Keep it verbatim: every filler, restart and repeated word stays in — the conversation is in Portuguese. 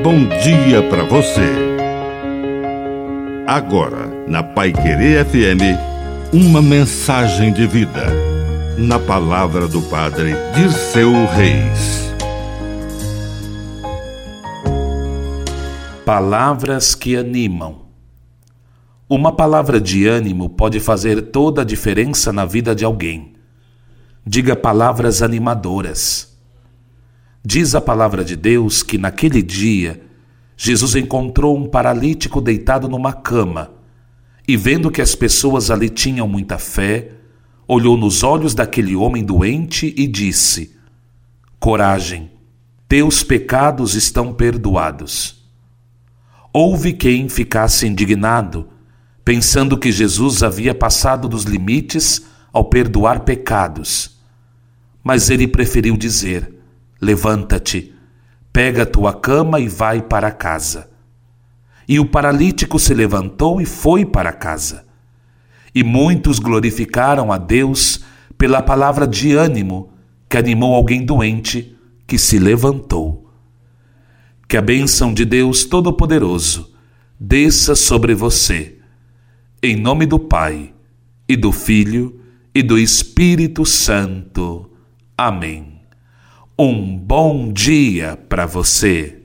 bom dia para você. Agora, na Paiquerê F M, uma mensagem de vida. Na palavra do Padre Dirceu Reis. Palavras que animam. Uma palavra de ânimo pode fazer toda a diferença na vida de alguém. Diga palavras animadoras. Diz a palavra de Deus que naquele dia, Jesus encontrou um paralítico deitado numa cama e, vendo que as pessoas ali tinham muita fé, olhou nos olhos daquele homem doente e disse: coragem, teus pecados estão perdoados. Houve quem ficasse indignado, pensando que Jesus havia passado dos limites ao perdoar pecados. Mas ele preferiu dizer: levanta-te, pega a tua cama e vai para casa. E o paralítico se levantou e foi para casa. E muitos glorificaram a Deus pela palavra de ânimo que animou alguém doente que se levantou. Que a bênção de Deus Todo-Poderoso desça sobre você. Em nome do Pai, e do Filho, e do Espírito Santo. Amém. Um bom dia para você.